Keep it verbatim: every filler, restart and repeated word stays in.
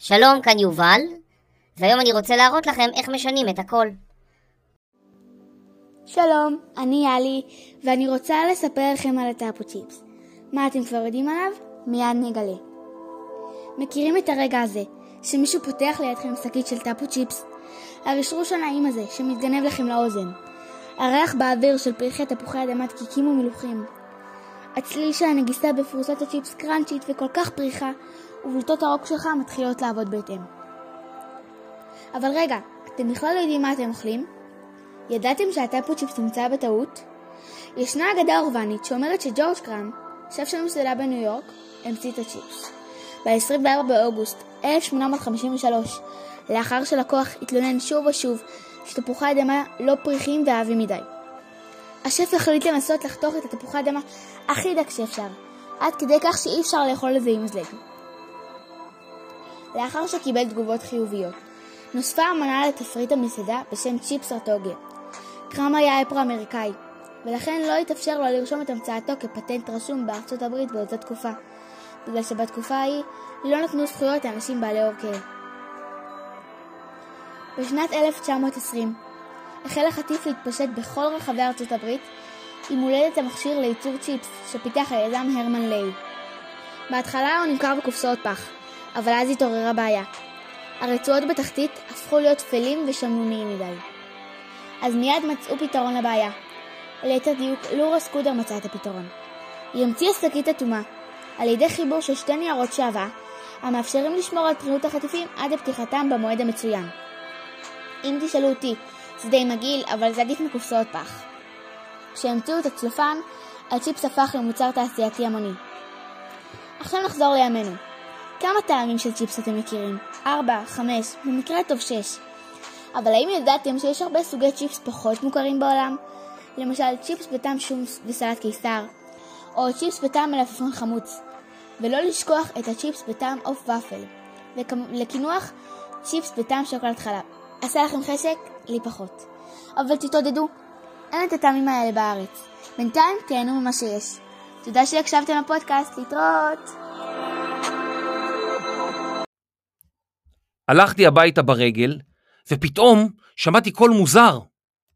שלום, כאן יובל, והיום אני רוצה להראות לכם איך משנים את הכל. שלום, אני יאלי, ואני רוצה לספר לכם על הטאפו צ'יפס. מה אתם כבר יודעים עליו? מיד נגלה. מכירים את הרגע הזה, שמישהו פותח לידכם שקית של טאפו צ'יפס? הרשרוש הנעים הזה שמתגנב לכם לאוזן. הריח באוויר של פריחי תפוחי אדמה דקיקים ומלוחים. הצליל של הנגיסה בפרוסת הצ'יפס קרנצ'ית וכל כך פריחה, ובלטות הרוק שלך מתחילות לעבוד בהתאם. אבל רגע, אתם בכלל לא יודעים מה אתם אוכלים? ידעתם שהטאפו צ'יפס הומצא בטעות? ישנה אגדה אורבנית שאומרת שג'ורג' קראם, שף של מסעדה בניו יורק, המציא את הצ'יפס. ב-עשרים וארבעה באוגוסט אלף שמונה מאות חמישים ושלוש, לאחר שלקוח התלונן שוב ושוב שתפוחי אדמה לא פריחים ואהבים מדי. השף החליט לנסות לחתוך את התפוחי אדמה הכי דק שאפשר, עד כדי כך שאי אפשר לאכול לזה עם מזלג. לאחר שקיבל תגובות חיוביות, נוספה אמנה לתפריט המסעדה בשם צ'יפס ארטוגיה. קראם היה אפרו-אמריקאי, ולכן לא התאפשר לו לרשום את המצאתו כפטנט רשום בארצות הברית באותה תקופה, בגלל שבתקופה ההיא לא נתנו זכויות לאנשים בעלי אור כהה. בשנת אלף תשע מאות עשרים החל החטיף להתפשט בכל רחבי ארצות הברית עם הולדת המכשיר לייצור צ'יפס שפיתח היזם הרמן ליי. בהתחלה הוא נמכר בקופסאות פח, אבל אז התעוררה בעיה. הרצועות בתחתית הפכו להיות תפלים ושמנוניים מדי. אז מיד מצאו פתרון לבעיה. ליתר דיוק, לורה סקודר מצא את הפתרון. היא המציאה שקית אטומה על ידי חיבור של שתי ניירות שעווה המאפשרים לשמור על טריות החטיפים עד לפתיחתם במועד המצוין. אם תשאלו אותי, זה די מגעיל, אבל זה עדיף מקופסאות פח. כשהמציאו את הצלופן, הצ'יפס הפך למוצר תעשייתי המוני. עכשיו נחזור לימינו. כמה טעמים של צ'יפס אתם מכירים? ארבע, חמש, במקרה טוב שש. אבל האם ידעתם שיש הרבה סוגי צ'יפס פחות מוכרים בעולם? למשל צ'יפס בטעם שום וסלט קיסר, או צ'יפס בטעם מלפפון חמוץ. ולא לשכוח את הצ'יפס בטעם עוף ופל. לקינוח, צ'יפס בטעם שוקולד חלב. עשה לכם חשק? לי פחות. אבל תתעודדו, אין את הטעמים האלה בארץ. בינתיים תהנו ממה שיש. תודה שהקשבתם לפודקאסט, להתראות. הלכתי הביתה ברגל, ופתאום שמעתי קול מוזר.